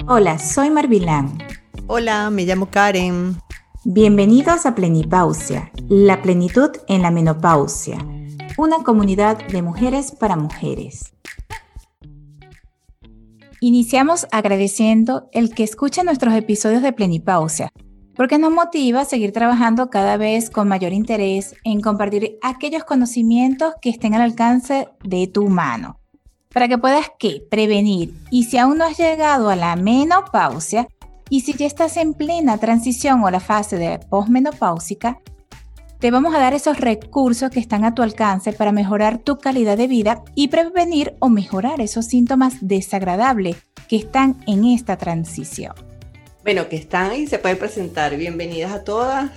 Hola, soy Marvilán. Hola, me llamo Karen. Bienvenidos a Plenipausia, la plenitud en la menopausia, una comunidad de mujeres para mujeres. Iniciamos agradeciendo el que escuche nuestros episodios de Plenipausia, porque nos motiva a seguir trabajando cada vez con mayor interés en compartir aquellos conocimientos que estén al alcance de tu mano, para que puedas prevenir, y si aún no has llegado a la menopausia, y si ya estás en plena transición o la fase de posmenopáusica, te vamos a dar esos recursos que están a tu alcance para mejorar tu calidad de vida y prevenir o mejorar esos síntomas desagradables que están en esta transición. Bueno, que están y se pueden presentar. Bienvenidas a todas.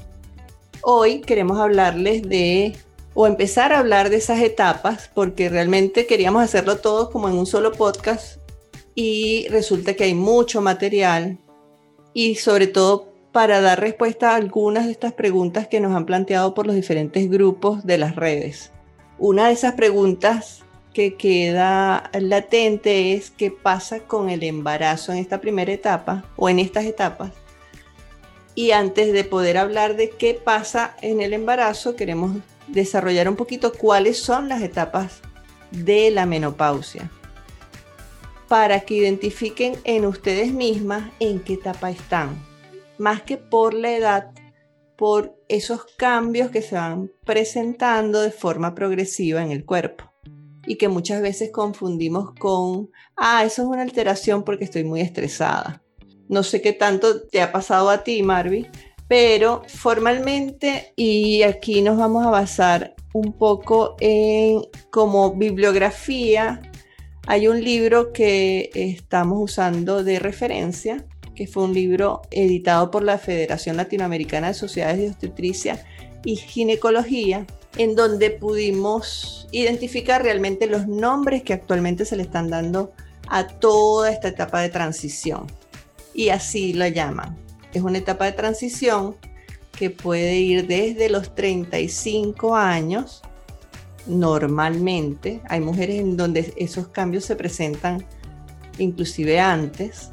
Hoy queremos hablarles empezar a hablar de esas etapas, porque realmente queríamos hacerlo todo como en un solo podcast y resulta que hay mucho material y sobre todo para dar respuesta a algunas de estas preguntas que nos han planteado por los diferentes grupos de las redes. Una de esas preguntas que queda latente es qué pasa con el embarazo en esta primera etapa o en estas etapas. Y antes de poder hablar de qué pasa en el embarazo, queremos desarrollar un poquito cuáles son las etapas de la menopausia, para que identifiquen en ustedes mismas en qué etapa están, más que por la edad, por esos cambios que se van presentando de forma progresiva en el cuerpo y que muchas veces confundimos con, eso es una alteración porque estoy muy estresada. No sé qué tanto te ha pasado a ti, Marvi, pero formalmente, y aquí nos vamos a basar un poco en como bibliografía, hay un libro que estamos usando de referencia, que fue un libro editado por la Federación Latinoamericana de Sociedades de Obstetricia y Ginecología, en donde pudimos identificar realmente los nombres que actualmente se le están dando a toda esta etapa de transición. Y así la llaman. Es una etapa de transición que puede ir desde los 35 años. Normalmente hay mujeres en donde esos cambios se presentan inclusive antes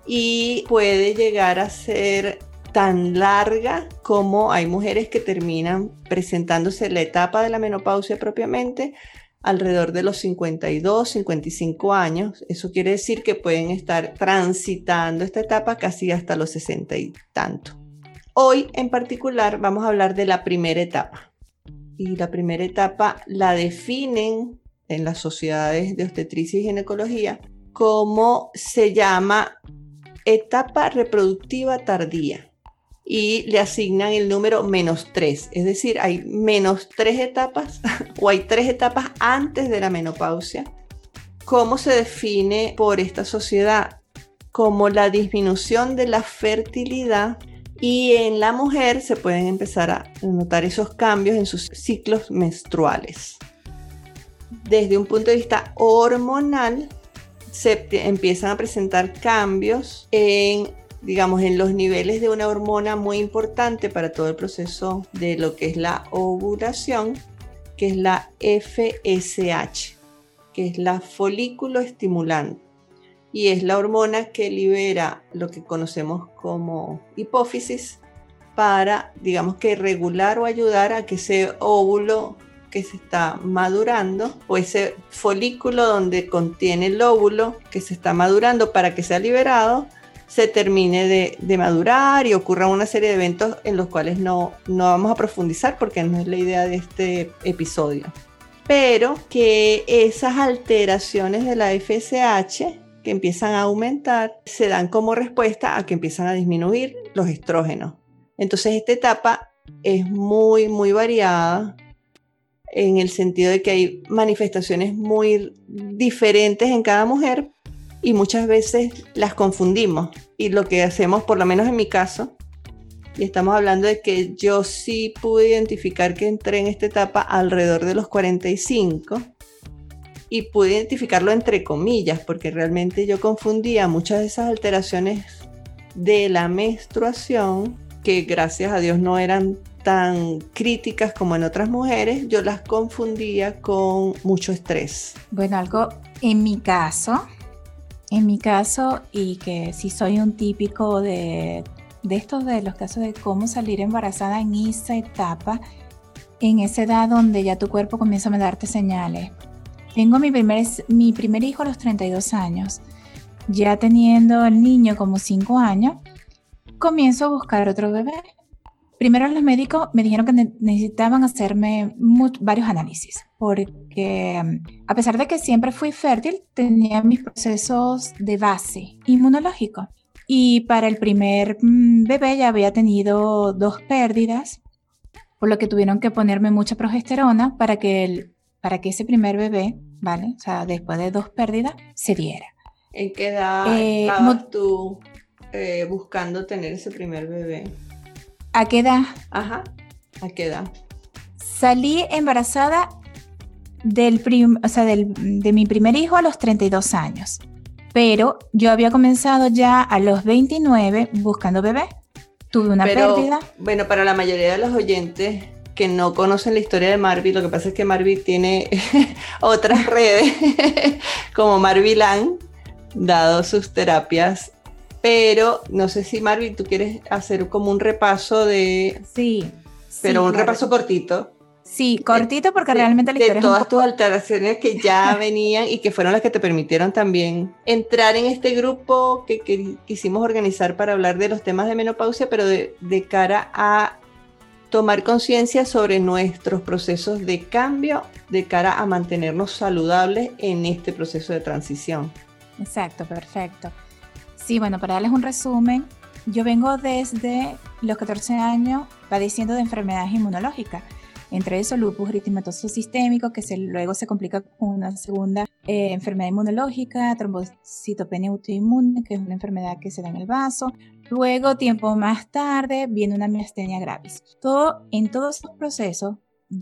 y puede llegar a ser tan larga como hay mujeres que terminan presentándose la etapa de la menopausia propiamente alrededor de los 52, 55 años. Eso quiere decir que pueden estar transitando esta etapa casi hasta los 60 y tanto. Hoy en particular vamos a hablar de la primera etapa. Y la primera etapa la definen en las sociedades de obstetricia y ginecología como se llama etapa reproductiva tardía y le asignan el número -3, es decir, hay -3 etapas o hay 3 etapas antes de la menopausia. ¿Cómo se define por esta sociedad? Como la disminución de la fertilidad. Y en la mujer se pueden empezar a notar esos cambios en sus ciclos menstruales. Desde un punto de vista hormonal, se empiezan a presentar cambios en los niveles de una hormona muy importante para todo el proceso de lo que es la ovulación, que es la FSH, que es la folículo estimulante. Y es la hormona que libera lo que conocemos como hipófisis para, regular o ayudar a que ese óvulo que se está madurando o ese folículo donde contiene el óvulo que se está madurando para que sea liberado, se termine de madurar y ocurra una serie de eventos en los cuales no vamos a profundizar porque no es la idea de este episodio. Pero que esas alteraciones de la FSH que empiezan a aumentar, se dan como respuesta a que empiezan a disminuir los estrógenos. Entonces esta etapa es muy, muy variada en el sentido de que hay manifestaciones muy diferentes en cada mujer y muchas veces las confundimos. Y lo que hacemos, por lo menos en mi caso, y estamos hablando de que yo sí pude identificar que entré en esta etapa alrededor de los 45, y pude identificarlo entre comillas, porque realmente yo confundía muchas de esas alteraciones de la menstruación, que gracias a Dios no eran tan críticas como en otras mujeres, yo las confundía con mucho estrés. Bueno, algo en mi caso, En mi caso, y que sí soy un típico de estos de los casos de cómo salir embarazada en esa etapa, en esa edad donde ya tu cuerpo comienza a darte señales. Tengo mi primer hijo a los 32 años. Ya teniendo el niño como 5 años, comienzo a buscar otro bebé. Primero los médicos me dijeron que necesitaban hacerme varios análisis, porque a pesar de que siempre fui fértil, tenía mis procesos de base inmunológico. Y para el primer bebé ya había tenido 2 pérdidas, por lo que tuvieron que ponerme mucha progesterona para que ese primer bebé, ¿vale? O sea, después de 2 pérdidas, se diera. ¿En qué edad estabas tú buscando tener ese primer bebé? ¿A qué edad? Ajá, ¿a qué edad? Salí embarazada de mi primer hijo a los 32 años, pero yo había comenzado ya a los 29 buscando bebé. Tuve una pérdida. Bueno, para la mayoría de los oyentes que no conocen la historia de Marvi, lo que pasa es que Marvi tiene otras redes, como Marvilan, dado sus terapias. Pero no sé si, Marvi, tú quieres hacer como un repaso de... Sí. Pero un repaso cortito. Sí, cortito porque realmente la historia de todas tus alteraciones que ya venían y que fueron las que te permitieron también entrar en este grupo que quisimos organizar para hablar de los temas de menopausia, pero de cara a tomar conciencia sobre nuestros procesos de cambio, de cara a mantenernos saludables en este proceso de transición. Exacto, perfecto. Sí, bueno, para darles un resumen, yo vengo desde los 14 años padeciendo de enfermedades inmunológicas, entre eso lupus eritematoso sistémico, que luego se complica con una segunda enfermedad inmunológica, trombocitopenia autoinmune, que es una enfermedad que se da en el vaso. Luego, tiempo más tarde, viene una miastenia gravis. En todos esos procesos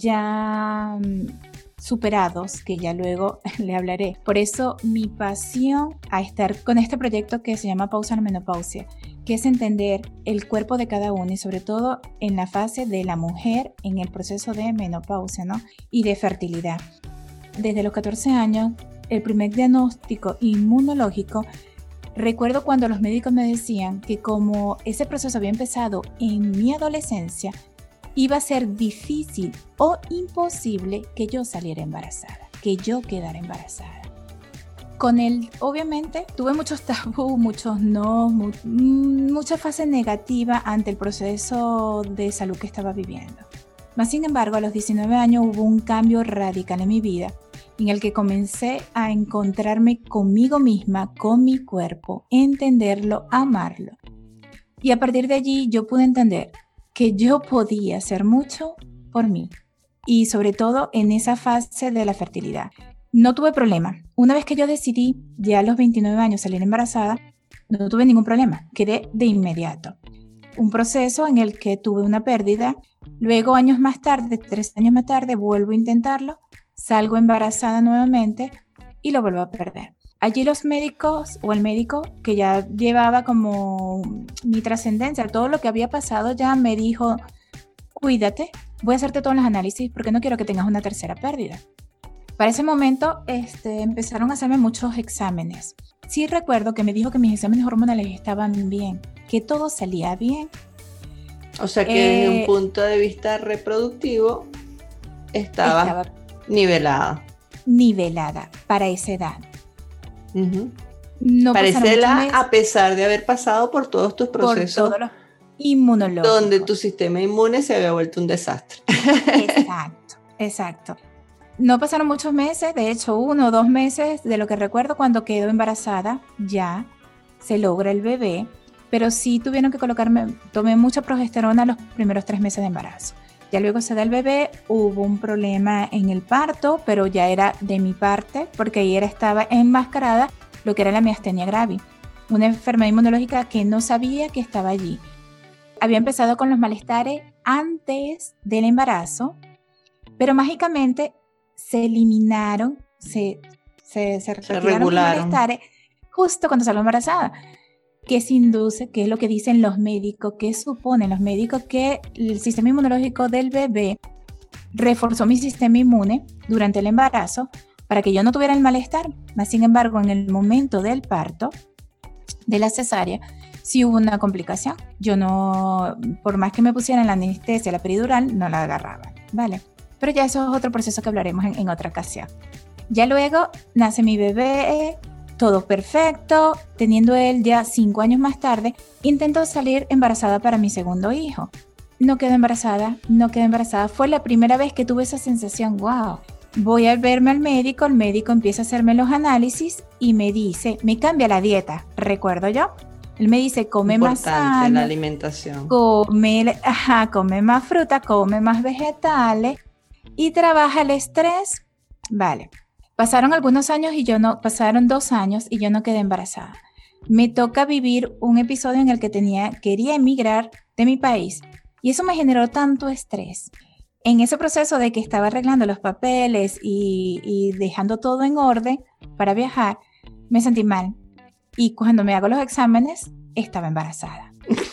ya superados, que ya luego le hablaré. Por eso mi pasión a estar con este proyecto que se llama Pausa a la Menopausia, que es entender el cuerpo de cada uno y sobre todo en la fase de la mujer en el proceso de menopausia, ¿no? Y de fertilidad. Desde los 14 años, el primer diagnóstico inmunológico, recuerdo cuando los médicos me decían que como ese proceso había empezado en mi adolescencia, iba a ser difícil o imposible que yo saliera embarazada, que yo quedara embarazada. Con él, obviamente, tuve muchos tabús, muchos no, mucha fase negativa ante el proceso de salud que estaba viviendo. Mas, sin embargo, a los 19 años hubo un cambio radical en mi vida, en el que comencé a encontrarme conmigo misma, con mi cuerpo, entenderlo, amarlo. Y a partir de allí yo pude entender que yo podía hacer mucho por mí y sobre todo en esa fase de la fertilidad. No tuve problema. Una vez que yo decidí ya a los 29 años salir embarazada, no tuve ningún problema. Quedé de inmediato. Un proceso en el que tuve una pérdida. Luego, años más tarde, 3 años más tarde, vuelvo a intentarlo. Salgo embarazada nuevamente y lo vuelvo a perder. Allí los médicos o el médico que ya llevaba como mi trascendencia, todo lo que había pasado ya me dijo, cuídate, voy a hacerte todos los análisis porque no quiero que tengas una tercera pérdida. Para ese momento empezaron a hacerme muchos exámenes. Sí recuerdo que me dijo que mis exámenes hormonales estaban bien, que todo salía bien. O sea que desde un punto de vista reproductivo estaba nivelada. Nivelada para esa edad. Uh-huh. No parecerla a pesar de haber pasado por todos tus procesos inmunológicos, donde tu sistema inmune se había vuelto un desastre. Exacto. No pasaron muchos meses, de hecho 1 o 2 meses de lo que recuerdo cuando quedo embarazada, ya se logra el bebé, pero sí tuvieron que tomé mucha progesterona los primeros 3 meses de embarazo. Ya luego se da el bebé, hubo un problema en el parto, pero ya era de mi parte, porque ahí estaba enmascarada lo que era la miastenia gravis, una enfermedad inmunológica que no sabía que estaba allí. Había empezado con los malestares antes del embarazo, pero mágicamente se eliminaron, se retiraron los malestares justo cuando salgo embarazada. ¿Qué se induce? ¿Qué es lo que dicen los médicos? ¿Qué suponen los médicos? Que el sistema inmunológico del bebé reforzó mi sistema inmune durante el embarazo, para que yo no tuviera el malestar. Mas, sin embargo, en el momento del parto, de la cesárea, sí hubo una complicación. Yo no, por más que me pusieran la anestesia, la peridural, no la agarraba, ¿vale? Pero ya eso es otro proceso que hablaremos en otra ocasión. Ya luego nace mi bebé, todo perfecto. Teniendo él ya 5 años más tarde, intento salir embarazada para mi segundo hijo. No quedé embarazada. Fue la primera vez que tuve esa sensación, wow. Voy a verme al médico, el médico empieza a hacerme los análisis y me dice, me cambia la dieta, recuerdo yo. Él me dice, come más sano, la alimentación. Come más fruta, come más vegetales y trabaja el estrés. Vale. Pasaron algunos años pasaron 2 años y yo no quedé embarazada. Me toca vivir un episodio en el que quería emigrar de mi país y eso me generó tanto estrés. En ese proceso de que estaba arreglando los papeles y dejando todo en orden para viajar, me sentí mal. Y cuando me hago los exámenes, estaba embarazada.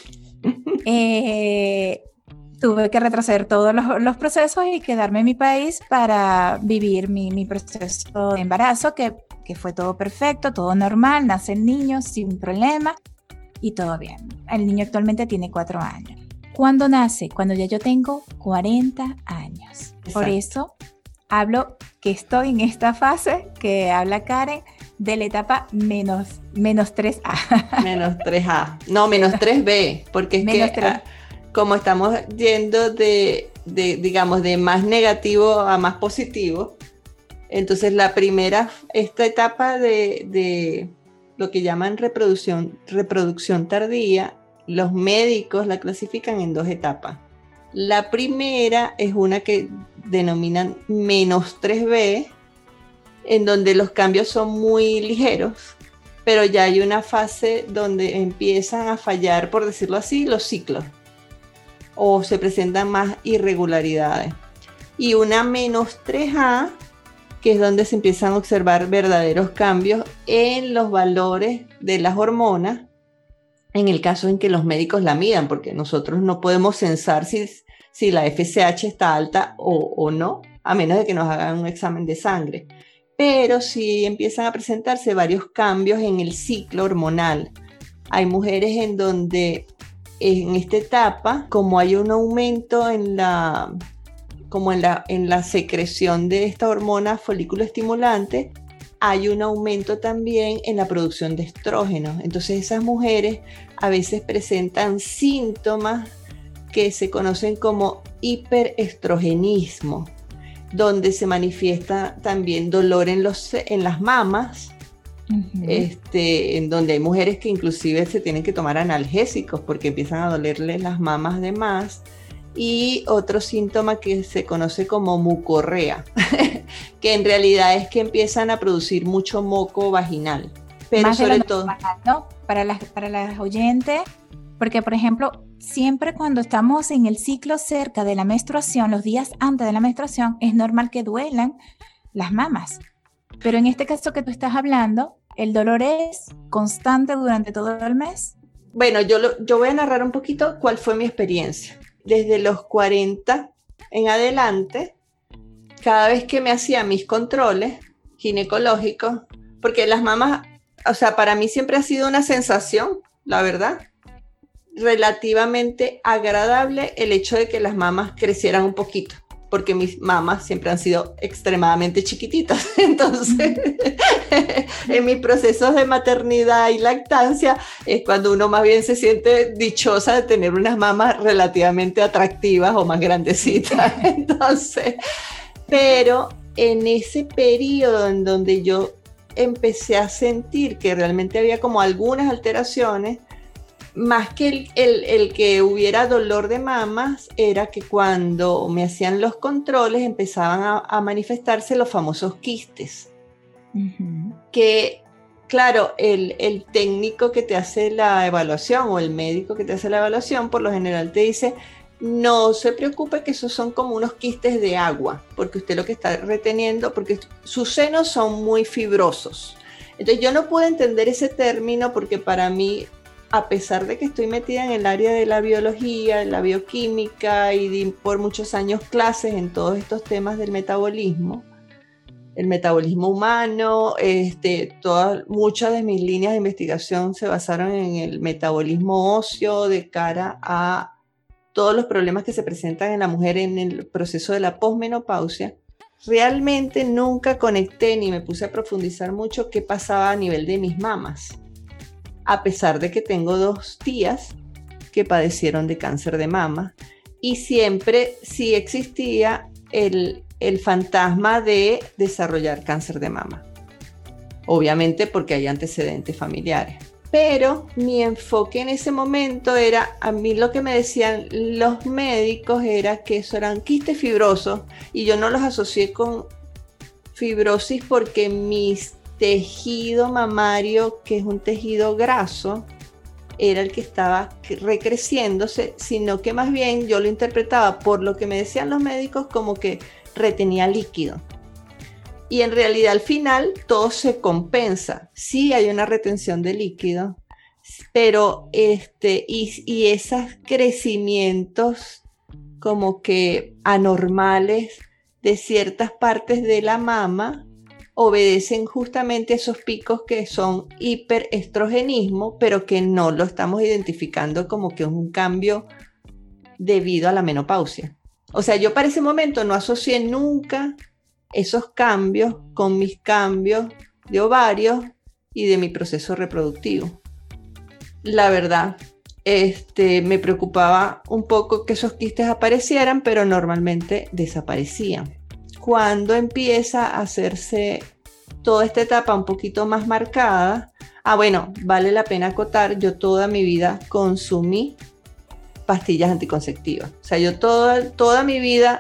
Tuve que retroceder todos los procesos y quedarme en mi país para vivir mi proceso de embarazo, que fue todo perfecto, todo normal, nace el niño sin problema y todo bien. El niño actualmente tiene 4 años. ¿Cuándo nace? Cuando ya yo tengo 40 años. Exacto. Por eso hablo que estoy en esta fase que habla Karen de la etapa menos 3A. Menos 3A. No, menos 3B, porque es menos que 3. Como estamos yendo de más negativo a más positivo, entonces esta etapa de lo que llaman reproducción tardía, los médicos la clasifican en 2 etapas. La primera es una que denominan menos 3B, en donde los cambios son muy ligeros, pero ya hay una fase donde empiezan a fallar, por decirlo así, los ciclos, o se presentan más irregularidades. Y una menos 3A, que es donde se empiezan a observar verdaderos cambios en los valores de las hormonas, en el caso en que los médicos la midan, porque nosotros no podemos censar si la FSH está alta o no, a menos de que nos hagan un examen de sangre. Pero sí empiezan a presentarse varios cambios en el ciclo hormonal. Hay mujeres en donde en esta etapa, como hay un aumento en la secreción de esta hormona folículo estimulante, hay un aumento también en la producción de estrógenos. Entonces esas mujeres a veces presentan síntomas que se conocen como hiperestrogenismo, donde se manifiesta también dolor en las mamas, en donde hay mujeres que inclusive se tienen que tomar analgésicos porque empiezan a dolerles las mamas de más. Y otro síntoma que se conoce como mucorrea, que en realidad es que empiezan a producir mucho moco vaginal. Pero más sobre todo, ¿no? Para las oyentes, porque por ejemplo, siempre cuando estamos en el ciclo cerca de la menstruación, los días antes de la menstruación, es normal que duelan las mamas. Pero en este caso que tú estás hablando, ¿el dolor es constante durante todo el mes? Bueno, yo voy a narrar un poquito cuál fue mi experiencia. Desde los 40 en adelante, cada vez que me hacía mis controles ginecológicos, porque las mamas, o sea, para mí siempre ha sido una sensación, la verdad, relativamente agradable el hecho de que las mamas crecieran un poquito, porque mis mamas siempre han sido extremadamente chiquititas. Entonces, en mis procesos de maternidad y lactancia es cuando uno más bien se siente dichosa de tener unas mamas relativamente atractivas o más grandecitas. Entonces, pero en ese periodo en donde yo empecé a sentir que realmente había como algunas alteraciones, más que el que hubiera dolor de mamas, era que cuando me hacían los controles empezaban a manifestarse los famosos quistes. Que, claro, el técnico que te hace la evaluación o el médico que te hace la evaluación, por lo general te dice, no se preocupe que esos son como unos quistes de agua, porque usted lo que está reteniendo, porque sus senos son muy fibrosos. Entonces yo no pude entender ese término porque para mí, a pesar de que estoy metida en el área de la biología, de la bioquímica y di por muchos años clases en todos estos temas del metabolismo, el metabolismo humano. Muchas de mis líneas de investigación se basaron en el metabolismo óseo de cara a todos los problemas que se presentan en la mujer en el proceso de la posmenopausia. Realmente nunca conecté ni me puse a profundizar mucho qué pasaba a nivel de mis mamas, a pesar de que tengo 2 tías que padecieron de cáncer de mama, y siempre sí existía el fantasma de desarrollar cáncer de mama, obviamente porque hay antecedentes familiares. Pero mi enfoque en ese momento era, a mí lo que me decían los médicos era que eso eran quistes fibrosos, y yo no los asocié con fibrosis porque mi tejido mamario, que es un tejido graso, era el que estaba recreciéndose, sino que más bien yo lo interpretaba, por lo que me decían los médicos, como que retenía líquido. Y en realidad al final todo se compensa. Sí hay una retención de líquido, pero y esos crecimientos como que anormales de ciertas partes de la mama obedecen justamente a esos picos que son hiperestrogenismo, pero que no lo estamos identificando como que es un cambio debido a la menopausia. O sea, yo para ese momento no asocié nunca esos cambios con mis cambios de ovarios y de mi proceso reproductivo. La verdad, me preocupaba un poco que esos quistes aparecieran, pero normalmente desaparecían. Cuando empieza a hacerse toda esta etapa un poquito más marcada, bueno, vale la pena acotar, yo toda mi vida consumí pastillas anticonceptivas. O sea, yo toda mi vida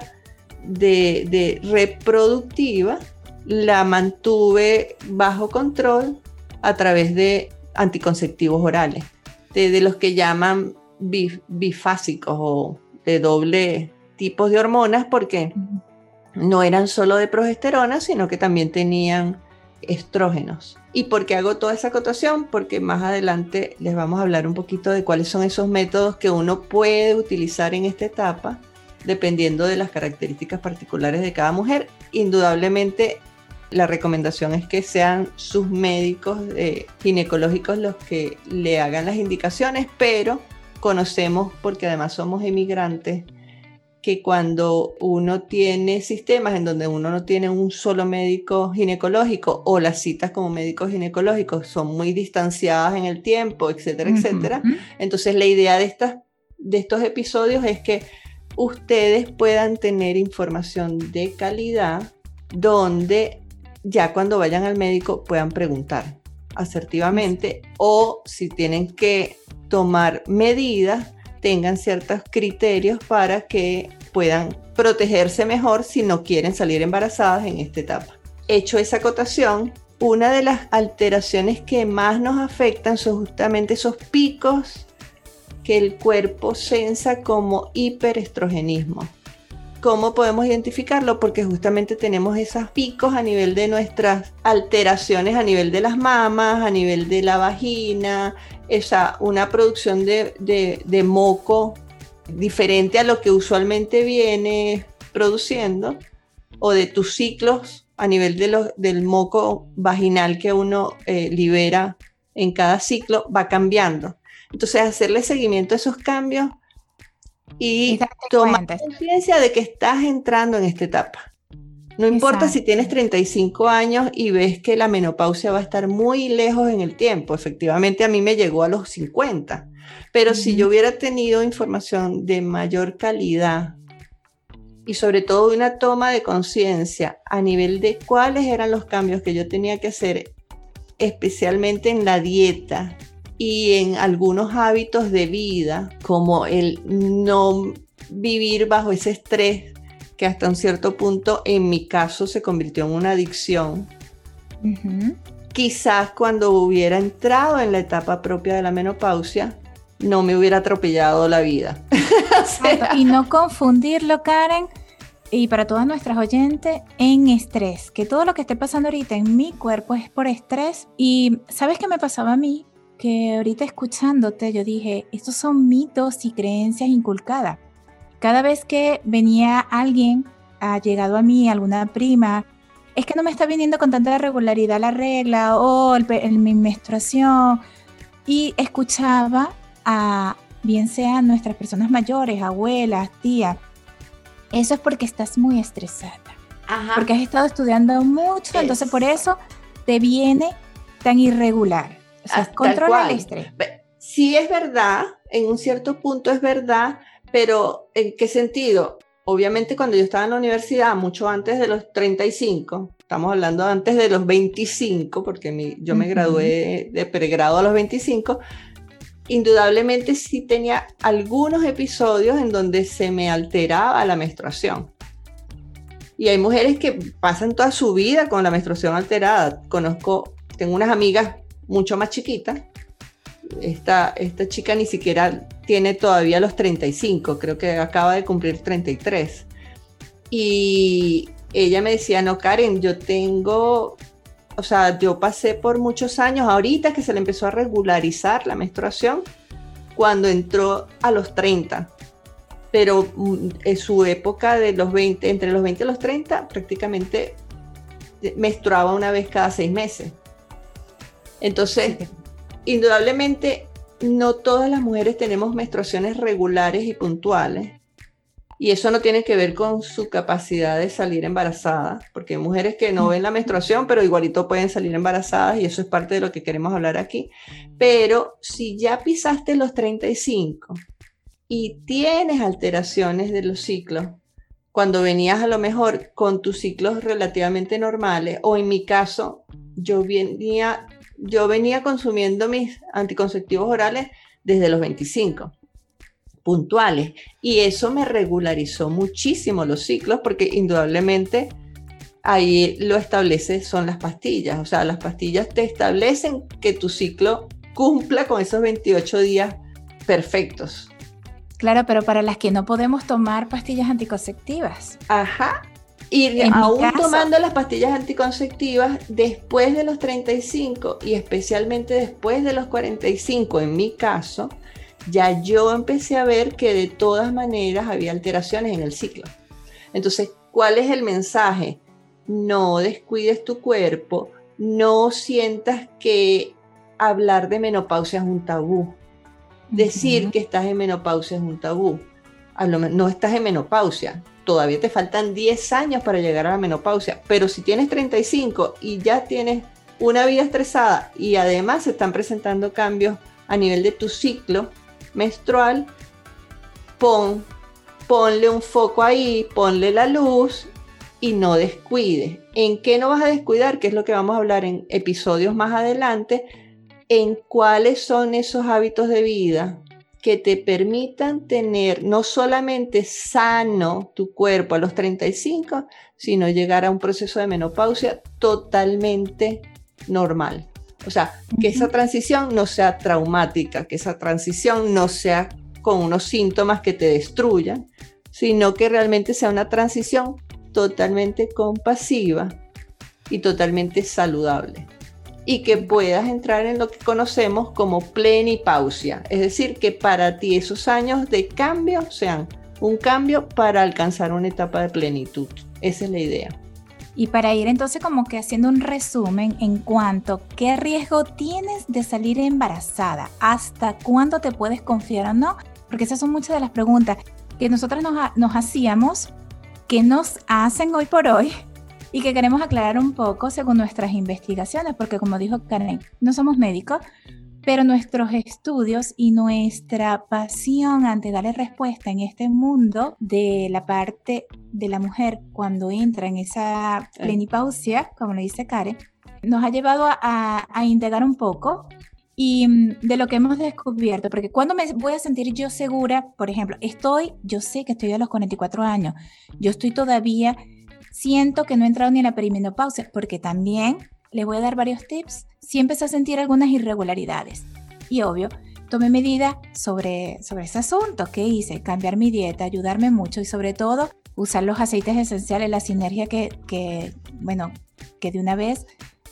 de reproductiva la mantuve bajo control a través de anticonceptivos orales, de los que llaman bifásicos o de doble tipos de hormonas, porque no eran solo de progesterona, sino que también tenían estrógenos. ¿Y por qué hago toda esa acotación? Porque más adelante les vamos a hablar un poquito de cuáles son esos métodos que uno puede utilizar en esta etapa, dependiendo de las características particulares de cada mujer. Indudablemente, la recomendación es que sean sus médicos ginecológicos los que le hagan las indicaciones, pero conocemos, porque además somos emigrantes, que cuando uno tiene sistemas en donde uno no tiene un solo médico ginecológico, o las citas como médicos ginecológicos son muy distanciadas en el tiempo, etcétera, etcétera, entonces la idea de estos episodios es que ustedes puedan tener información de calidad, donde ya cuando vayan al médico puedan preguntar asertivamente, o si tienen que tomar medidas, tengan ciertos criterios para que puedan protegerse mejor si no quieren salir embarazadas en esta etapa. Hecho esa acotación, una de las alteraciones que más nos afectan son justamente esos picos que el cuerpo sensa como hiperestrogenismo. ¿Cómo podemos identificarlo? Porque justamente tenemos esos picos a nivel de nuestras alteraciones, a nivel de las mamas, a nivel de la vagina, una producción de moco diferente a lo que usualmente viene produciendo, o de tus ciclos a nivel del moco vaginal que uno libera en cada ciclo, va cambiando. Entonces, hacerle seguimiento a esos cambios y tomar conciencia de que estás entrando en esta etapa. No importa si tienes 35 años y ves que la menopausia va a estar muy lejos en el tiempo. Efectivamente, a mí me llegó a los 50. Pero si yo hubiera tenido información de mayor calidad y sobre todo una toma de conciencia a nivel de cuáles eran los cambios que yo tenía que hacer, especialmente en la dieta y en algunos hábitos de vida, como el no vivir bajo ese estrés que hasta un cierto punto en mi caso se convirtió en una adicción. Quizás cuando hubiera entrado en la etapa propia de la menopausia no me hubiera atropellado la vida. Y no confundirlo, Karen, y para todas nuestras oyentes, en estrés, que todo lo que esté pasando ahorita en mi cuerpo es por estrés. Y ¿sabes qué me pasaba a mí? Que ahorita escuchándote yo dije, estos son mitos y creencias inculcadas. Cada vez que venía alguien llegado a mí, alguna prima, es que no me está viniendo con tanta regularidad la regla o mi menstruación. Y escuchaba a, bien sean nuestras personas mayores, abuelas, tías, eso es porque estás muy estresada. Ajá. Porque has estado estudiando mucho, entonces por eso te viene tan irregular. O sea, controla el estrés. Sí es verdad, en un cierto punto es verdad, pero ¿en qué sentido? Obviamente cuando yo estaba en la universidad, mucho antes de los 35, estamos hablando antes de los 25, porque yo me gradué de pregrado a los 25, indudablemente sí tenía algunos episodios en donde se me alteraba la menstruación. Y hay mujeres que pasan toda su vida con la menstruación alterada. Tengo unas amigas mucho más chiquitas. Esta chica ni siquiera tiene todavía los 35, creo que acaba de cumplir 33. Y ella me decía, no, Karen, yo pasé por muchos años, ahorita que se le empezó a regularizar la menstruación, cuando entró a los 30. Pero en su época de los 20, entre los 20 y los 30, prácticamente menstruaba una vez cada 6 meses. Entonces, indudablemente, no todas las mujeres tenemos menstruaciones regulares y puntuales. Y eso no tiene que ver con su capacidad de salir embarazada, porque hay mujeres que no ven la menstruación, pero igualito pueden salir embarazadas, y eso es parte de lo que queremos hablar aquí. Pero si ya pisaste los 35 y tienes alteraciones de los ciclos, cuando venías a lo mejor con tus ciclos relativamente normales, o en mi caso, yo venía consumiendo mis anticonceptivos orales desde los 25, puntuales, y eso me regularizó muchísimo los ciclos, porque indudablemente ahí lo establece son las pastillas. O sea, las pastillas te establecen que tu ciclo cumpla con esos 28 días perfectos. Claro, pero para las que no podemos tomar pastillas anticonceptivas. Ajá. Y aún tomando las pastillas anticonceptivas después de los 35 y especialmente después de los 45, en mi caso, ya yo empecé a ver que de todas maneras había alteraciones en el ciclo. Entonces, ¿cuál es el mensaje? No descuides tu cuerpo, no sientas que hablar de menopausia es un tabú. Decir que estás en menopausia es un tabú. No estás en menopausia. Todavía te faltan 10 años para llegar a la menopausia, pero si tienes 35 y ya tienes una vida estresada y además se están presentando cambios a nivel de tu ciclo menstrual, ponle un foco ahí, ponle la luz y no descuides. ¿En qué no vas a descuidar? Que es lo que vamos a hablar en episodios más adelante, en cuáles son esos hábitos de vida que te permitan tener no solamente sano tu cuerpo a los 35, sino llegar a un proceso de menopausia totalmente normal. O sea, que esa transición no sea traumática, que esa transición no sea con unos síntomas que te destruyan, sino que realmente sea una transición totalmente compasiva y totalmente saludable. Y que puedas entrar en lo que conocemos como plenipausia, es decir, que para ti esos años de cambio sean un cambio para alcanzar una etapa de plenitud. Esa es la idea. Y para ir entonces como que haciendo un resumen en cuanto a qué riesgo tienes de salir embarazada, hasta cuándo te puedes confiar o no, porque esas son muchas de las preguntas que nosotras nos hacíamos, que nos hacen hoy por hoy, y que queremos aclarar un poco según nuestras investigaciones, porque como dijo Karen, no somos médicos, pero nuestros estudios y nuestra pasión ante darle respuesta en este mundo de la parte de la mujer cuando entra en esa plenipausia, como lo dice Karen, nos ha llevado a indagar un poco y de lo que hemos descubierto, porque cuando me voy a sentir yo segura, por ejemplo, yo sé que estoy a los 44 años, yo estoy todavía... Siento que no he entrado ni en la perimenopausia, porque también les voy a dar varios tips si empecé a sentir algunas irregularidades. Y obvio, tomé medidas sobre ese asunto. ¿Qué hice? Cambiar mi dieta, ayudarme mucho y sobre todo usar los aceites esenciales, la sinergia que de una vez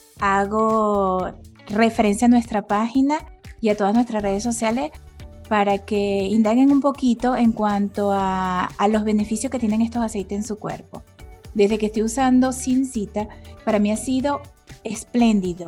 hago referencia a nuestra página y a todas nuestras redes sociales para que indaguen un poquito en cuanto a los beneficios que tienen estos aceites en su cuerpo. desde que estoy usando Sin Cita, para mí ha sido espléndido.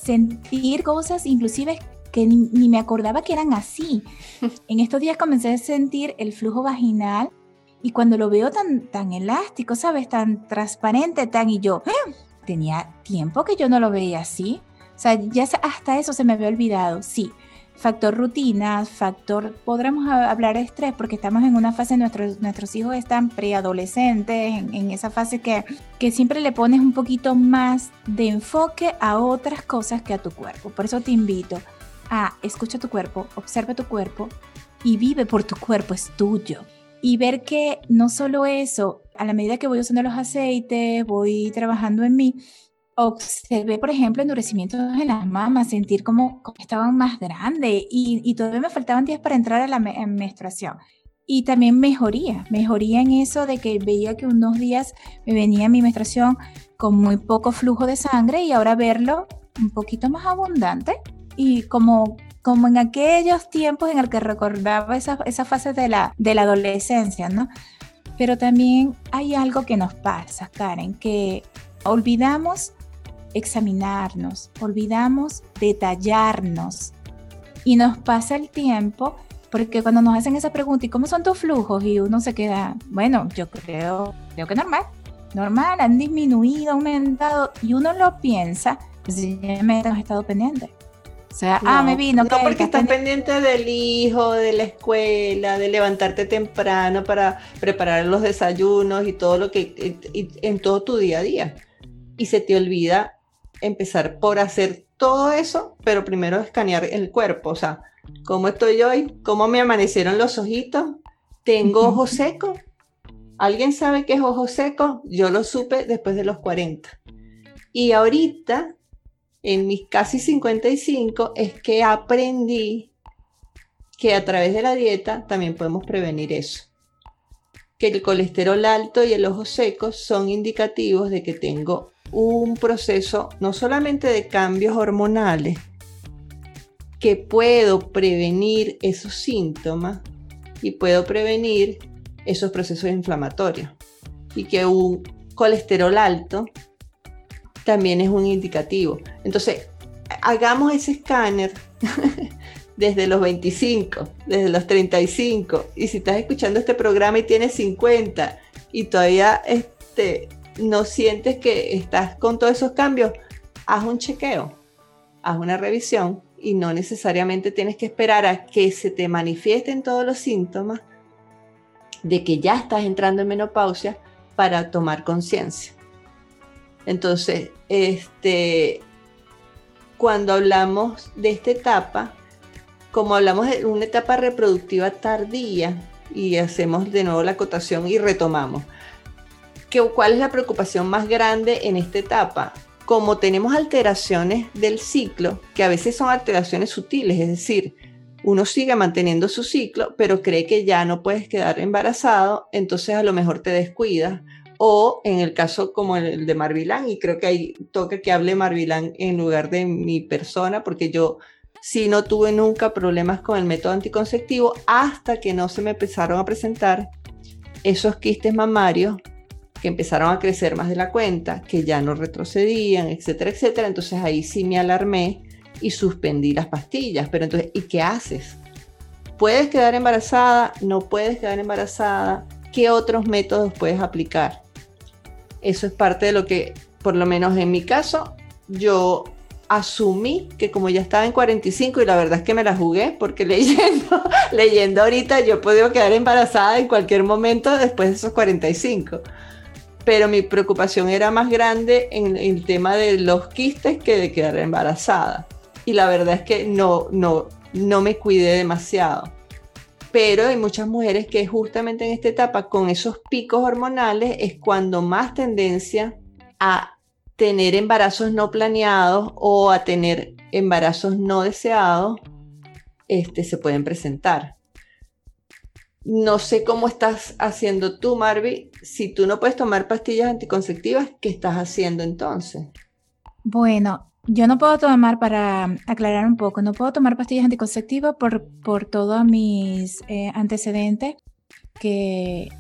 Sentir cosas inclusive que ni me acordaba que eran así. En estos días comencé a sentir el flujo vaginal y cuando lo veo tan elástico, ¿sabes? Tan transparente, y yo, tenía tiempo que yo no lo veía así. O sea, ya hasta eso se me había olvidado. Sí, factor rutinas, podremos hablar de estrés porque estamos en una fase, nuestros hijos están preadolescentes, en esa fase que siempre le pones un poquito más de enfoque a otras cosas que a tu cuerpo. Por eso te invito a escucha tu cuerpo, observa tu cuerpo y vive por tu cuerpo, es tuyo. Y ver que no solo eso, a la medida que voy usando los aceites, voy trabajando en mí, observé, por ejemplo, endurecimientos en las mamas, sentir como estaban más grandes y todavía me faltaban días para entrar a la menstruación. Y también mejoría en eso de que veía que unos días me venía mi menstruación con muy poco flujo de sangre y ahora verlo un poquito más abundante y como en aquellos tiempos en el que recordaba esa fase de la adolescencia, ¿no? Pero también hay algo que nos pasa, Karen, que olvidamos examinarnos, olvidamos detallarnos y nos pasa el tiempo porque cuando nos hacen esa pregunta, ¿y cómo son tus flujos? Y uno se queda, bueno, yo creo que normal, han disminuido, aumentado y uno lo piensa, pues sencillamente hemos estado pendientes. O sea, me vino. No, porque estás pendiente del hijo, de la escuela, de levantarte temprano para preparar los desayunos y todo lo que, en todo tu día a día. Y se te olvida empezar por hacer todo eso, pero primero escanear el cuerpo. O sea, ¿cómo estoy hoy? ¿Cómo me amanecieron los ojitos? ¿Tengo ojos secos? ¿Alguien sabe qué es ojo seco? Yo lo supe después de los 40. Y ahorita, en mis casi 55, es que aprendí que a través de la dieta también podemos prevenir eso. Que el colesterol alto y el ojo seco son indicativos de que tengo un proceso no solamente de cambios hormonales, que puedo prevenir esos síntomas y puedo prevenir esos procesos inflamatorios. Y que un colesterol alto también es un indicativo. Entonces, hagamos ese escáner desde los 25, desde los 35. Y si estás escuchando este programa y tienes 50 y todavía no sientes que estás con todos esos cambios, haz un chequeo, haz una revisión y no necesariamente tienes que esperar a que se te manifiesten todos los síntomas de que ya estás entrando en menopausia para tomar conciencia. Entonces, cuando hablamos de esta etapa, como hablamos de una etapa reproductiva tardía, y hacemos de nuevo la acotación y retomamos, ¿cuál es la preocupación más grande en esta etapa? Como tenemos alteraciones del ciclo, que a veces son alteraciones sutiles, es decir, uno sigue manteniendo su ciclo, pero cree que ya no puedes quedar embarazado, entonces a lo mejor te descuidas. O en el caso como el de Marvilán, y creo que ahí toca que hable Marvilán en lugar de mi persona, porque yo sí no tuve nunca problemas con el método anticonceptivo hasta que no se me empezaron a presentar esos quistes mamarios que empezaron a crecer más de la cuenta, que ya no retrocedían, etcétera, etcétera. Entonces ahí sí me alarmé y suspendí las pastillas. Pero entonces, ¿y qué haces? ¿Puedes quedar embarazada? ¿No puedes quedar embarazada? ¿Qué otros métodos puedes aplicar? Eso es parte de lo que, por lo menos en mi caso, yo asumí que como ya estaba en 45, y la verdad es que me la jugué, porque leyendo ahorita yo he podido quedar embarazada en cualquier momento después de esos 45. Pero mi preocupación era más grande en el tema de los quistes que de quedar embarazada. Y la verdad es que no me cuidé demasiado. Pero hay muchas mujeres que justamente en esta etapa, con esos picos hormonales, es cuando más tendencia a tener embarazos no planeados o a tener embarazos no deseados se pueden presentar. No sé cómo estás haciendo tú, Marvi. Si tú no puedes tomar pastillas anticonceptivas, ¿qué estás haciendo entonces? Bueno, yo no puedo tomar, para aclarar un poco, no puedo tomar pastillas anticonceptivas por todos mis antecedentes que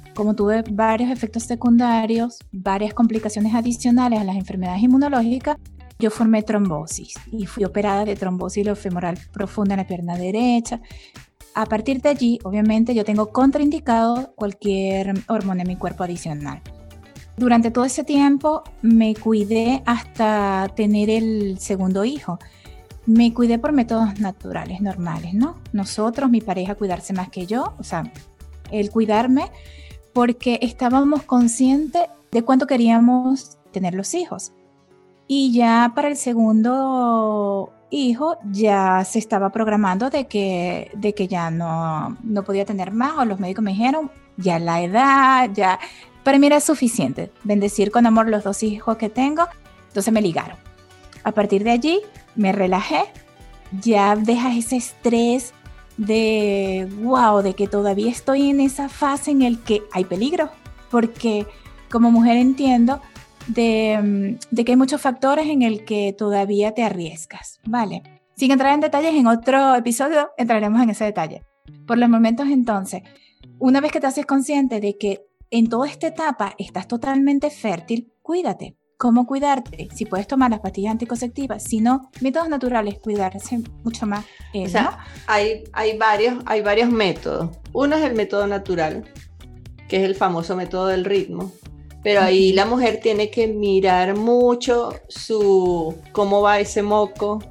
como tuve varios efectos secundarios, varias complicaciones adicionales a las enfermedades inmunológicas, yo formé trombosis y fui operada de trombosis femoral profunda en la pierna derecha. A partir de allí, obviamente, yo tengo contraindicado cualquier hormona en mi cuerpo adicional. Durante todo ese tiempo me cuidé hasta tener el segundo hijo. Me cuidé por métodos naturales, normales, ¿no? Nosotros, mi pareja, cuidarse más que yo, o sea, el cuidarme, porque estábamos conscientes de cuánto queríamos tener los hijos. Y ya para el segundo hijo ya se estaba programando de que ya no podía tener más, o los médicos me dijeron, ya la edad, ya, para mí era suficiente, bendecir con amor los 2 hijos que tengo, entonces me ligaron. A partir de allí me relajé, ya dejas ese estrés de wow, de que todavía estoy en esa fase en el que hay peligro, porque como mujer entiendo de que hay muchos factores en el que todavía te arriesgas, ¿vale? Sin entrar en detalles, en otro episodio entraremos en ese detalle. Por los momentos, entonces, una vez que te haces consciente de que en toda esta etapa estás totalmente fértil, cuídate. ¿Cómo cuidarte? Si puedes tomar las pastillas anticonceptivas, si no, métodos naturales, cuidarse mucho más. O sea, ¿no? hay varios métodos. Uno es el método natural, que es el famoso método del ritmo. Pero ahí la mujer tiene que mirar mucho cómo va ese moco,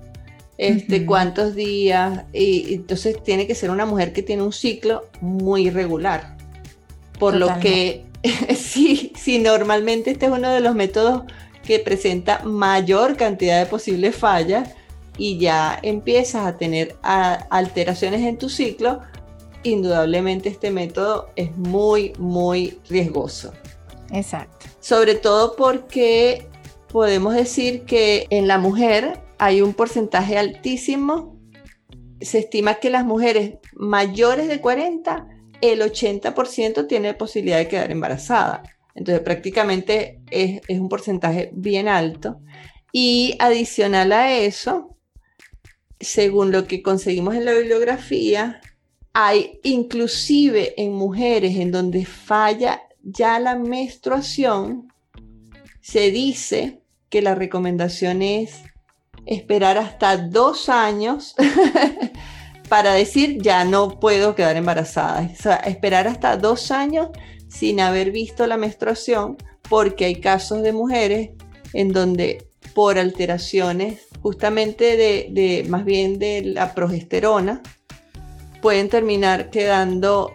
cuántos días, y entonces tiene que ser una mujer que tiene un ciclo muy irregular. Por Totalmente. Lo que sí, normalmente este es uno de los métodos que presenta mayor cantidad de posibles fallas y ya empiezas a tener alteraciones en tu ciclo, indudablemente este método es muy, muy riesgoso. Exacto. Sobre todo porque podemos decir que en la mujer hay un porcentaje altísimo. Se estima que las mujeres mayores de 40, el 80% tiene posibilidad de quedar embarazada. Entonces prácticamente es un porcentaje bien alto. Y adicional a eso, según lo que conseguimos en la bibliografía, hay inclusive en mujeres en donde falla ya la menstruación, se dice que la recomendación es esperar hasta 2 años para decir ya no puedo quedar embarazada. O sea, esperar hasta 2 años sin haber visto la menstruación, porque hay casos de mujeres en donde por alteraciones justamente más bien de la progesterona, pueden terminar quedando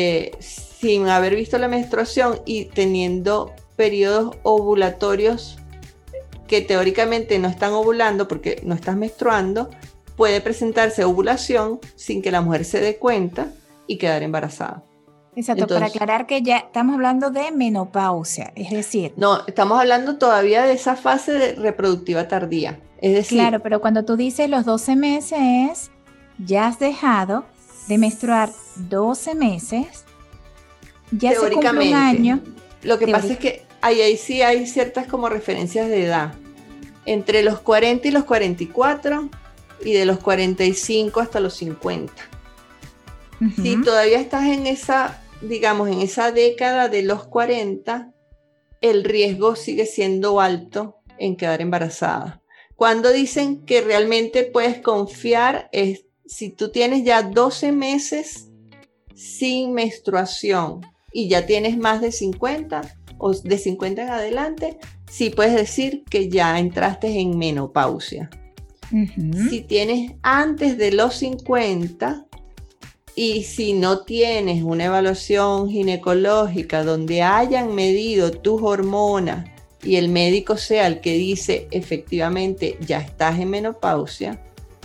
sin haber visto la menstruación y teniendo periodos ovulatorios que teóricamente no están ovulando porque no estás menstruando. Puede presentarse ovulación sin que la mujer se dé cuenta y quedar embarazada. Exacto. Entonces, para aclarar que ya estamos hablando de menopausia, es decir... No, estamos hablando todavía de esa fase reproductiva tardía. Es decir... Claro, pero cuando tú dices los 12 meses, ya has dejado de menstruar 12 meses, ya se cumple un año. Lo que pasa es que ahí sí hay ciertas como referencias de edad. Entre los 40 y los 44 y de los 45 hasta los 50. Uh-huh. Si todavía estás en esa, digamos, en esa década de los 40, el riesgo sigue siendo alto en quedar embarazada. Cuando dicen que realmente puedes confiar es si tú tienes ya 12 meses sin menstruación y ya tienes más de 50 o de 50 en adelante, sí puedes decir que ya entraste en menopausia. Uh-huh. Si tienes antes de los 50 y si no tienes una evaluación ginecológica donde hayan medido tus hormonas y el médico sea el que dice efectivamente ya estás en menopausia,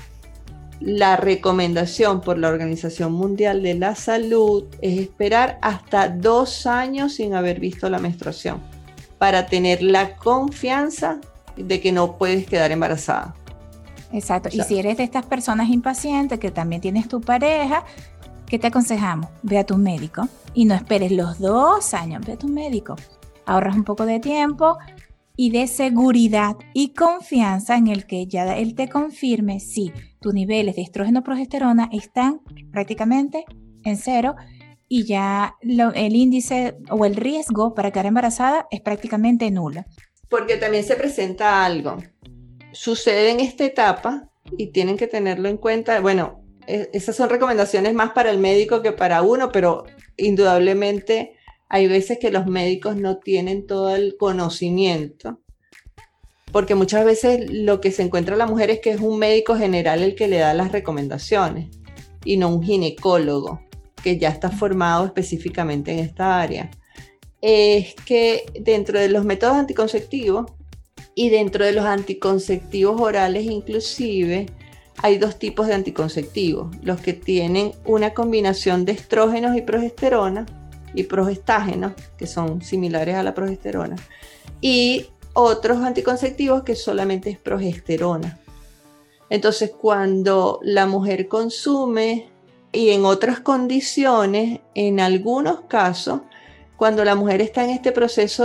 la recomendación por la Organización Mundial de la Salud es esperar hasta 2 años sin haber visto la menstruación para tener la confianza de que no puedes quedar embarazada. Exacto. O sea, y si eres de estas personas impacientes que también tienes tu pareja, ¿qué te aconsejamos? Ve a tu médico y no esperes los 2 años. Ve a tu médico. Ahorras un poco de tiempo y de seguridad y confianza en el que ya él te confirme si tus niveles de estrógeno progesterona están prácticamente en 0 y ya el índice o el riesgo para quedar embarazada es prácticamente nulo. Porque también se presenta algo. Sucede en esta etapa y tienen que tenerlo en cuenta. Bueno, esas son recomendaciones más para el médico que para uno, pero indudablemente hay veces que los médicos no tienen todo el conocimiento, porque muchas veces lo que se encuentra la mujer es que es un médico general el que le da las recomendaciones y no un ginecólogo que ya está formado específicamente en esta área. Es que dentro de los métodos anticonceptivos y dentro de los anticonceptivos orales inclusive, hay dos tipos de anticonceptivos: los que tienen una combinación de estrógenos y progesterona y progestágenos, que son similares a la progesterona, y otros anticonceptivos que solamente es progesterona. Entonces, cuando la mujer consume, y en otras condiciones, en algunos casos, cuando la mujer está en este proceso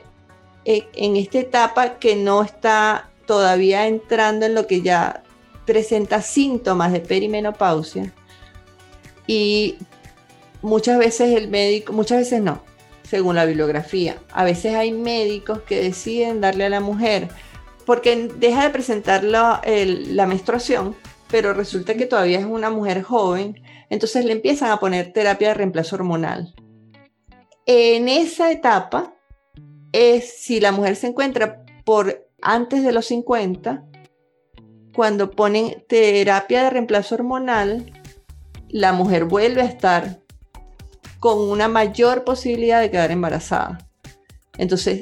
en esta etapa que no está todavía entrando en lo que ya presenta síntomas de perimenopausia, y muchas veces no, según la bibliografía, a veces hay médicos que deciden darle a la mujer, porque deja de presentar la menstruación, pero resulta que todavía es una mujer joven, entonces le empiezan a poner terapia de reemplazo hormonal. En esa etapa, si la mujer se encuentra por antes de los 50, cuando ponen terapia de reemplazo hormonal, la mujer vuelve a estar con una mayor posibilidad de quedar embarazada. Entonces,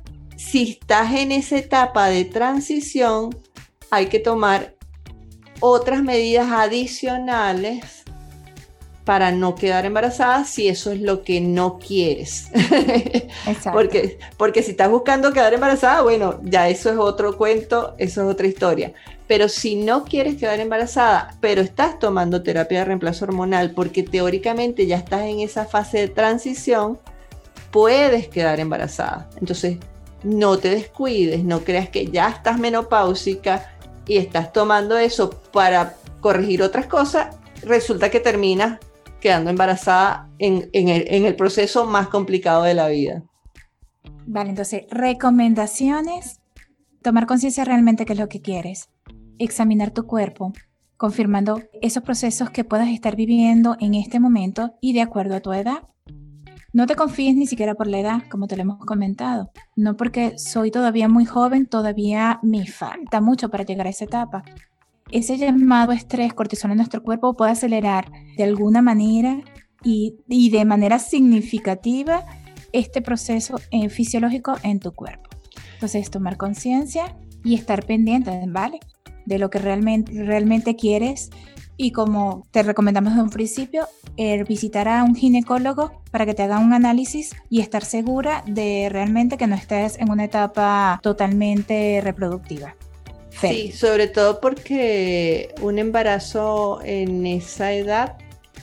si estás en esa etapa de transición, hay que tomar otras medidas adicionales para no quedar embarazada, si eso es lo que no quieres. Exacto. Porque si estás buscando quedar embarazada, bueno, ya eso es otro cuento, eso es otra historia. Pero si no quieres quedar embarazada, pero estás tomando terapia de reemplazo hormonal porque teóricamente ya estás en esa fase de transición, puedes quedar embarazada. Entonces, no te descuides, no creas que ya estás menopáusica y estás tomando eso para corregir otras cosas, resulta que terminas quedando embarazada en el proceso más complicado de la vida. Vale, entonces, recomendaciones: tomar conciencia realmente qué es lo que quieres, examinar tu cuerpo, confirmando esos procesos que puedas estar viviendo en este momento y de acuerdo a tu edad. No te confíes ni siquiera por la edad, como te lo hemos comentado. No porque soy todavía muy joven, todavía me falta mucho para llegar a esa etapa. Ese llamado estrés, cortisol en nuestro cuerpo puede acelerar de alguna manera y de manera significativa este proceso fisiológico en tu cuerpo. Entonces, tomar conciencia y estar pendiente, ¿vale?, de lo que realmente quieres. Y como te recomendamos desde un principio, visitar a un ginecólogo para que te haga un análisis y estar segura de realmente que no estés en una etapa totalmente reproductiva. Sí, sobre todo porque un embarazo en esa edad,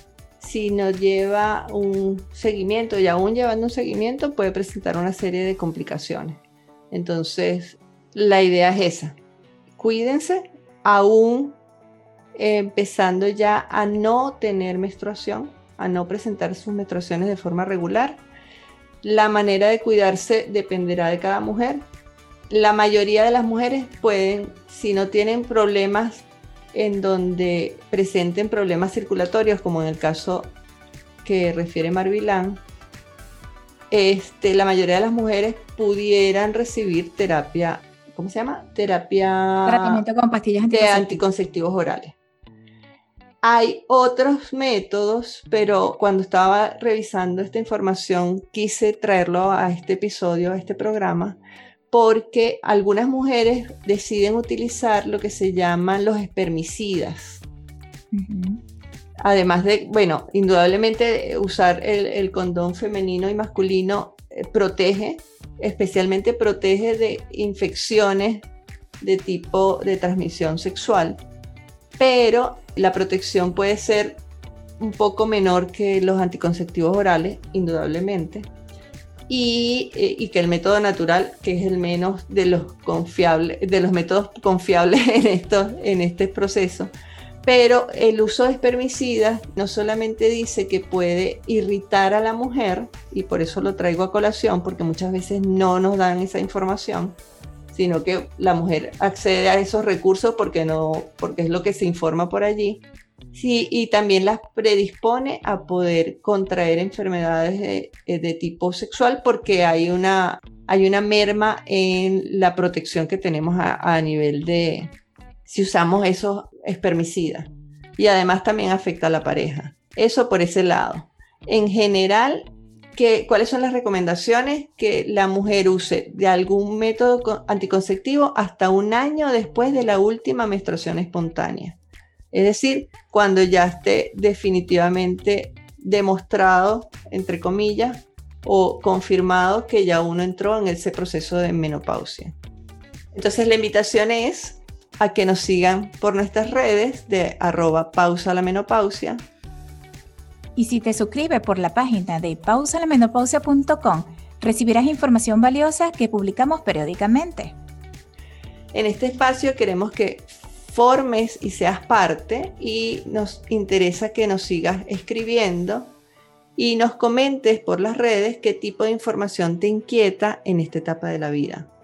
si no lleva un seguimiento, y aún llevando un seguimiento, puede presentar una serie de complicaciones. Entonces, la idea es esa: cuídense, aún empezando ya a no tener menstruación, a no presentar sus menstruaciones de forma regular. La manera de cuidarse dependerá de cada mujer. La mayoría de las mujeres pueden, si no tienen problemas en donde presenten problemas circulatorios, como en el caso que refiere Marvilán, la mayoría de las mujeres pudieran recibir terapia, ¿cómo se llama? Tratamiento con pastillas de anticonceptivos orales. Hay otros métodos, pero cuando estaba revisando esta información quise traerlo a este episodio, a este programa, porque algunas mujeres deciden utilizar lo que se llaman los espermicidas. Uh-huh. Además de, bueno, indudablemente usar el condón femenino y masculino protege, especialmente protege de infecciones de tipo de transmisión sexual, pero la protección puede ser un poco menor que los anticonceptivos orales, indudablemente, y que el método natural, que es el menos de los métodos confiables en este proceso. Pero el uso de espermicidas no solamente dice que puede irritar a la mujer, y por eso lo traigo a colación, porque muchas veces no nos dan esa información, sino que la mujer accede a esos recursos porque es lo que se informa por allí. Sí, y también las predispone a poder contraer enfermedades de tipo sexual, porque hay una merma en la protección que tenemos a nivel de si usamos esos espermicidas. Y además también afecta a la pareja. Eso por ese lado. En general, ¿cuáles son las recomendaciones? Que la mujer use de algún método anticonceptivo hasta 1 año después de la última menstruación espontánea. Es decir, cuando ya esté definitivamente demostrado, entre comillas, o confirmado que ya uno entró en ese proceso de menopausia. Entonces la invitación es a que nos sigan por nuestras redes de @pausalamenopausia. Y si te suscribes por la página de pausalamenopausia.com, recibirás información valiosa que publicamos periódicamente. En este espacio queremos que formes y seas parte, y nos interesa que nos sigas escribiendo y nos comentes por las redes qué tipo de información te inquieta en esta etapa de la vida.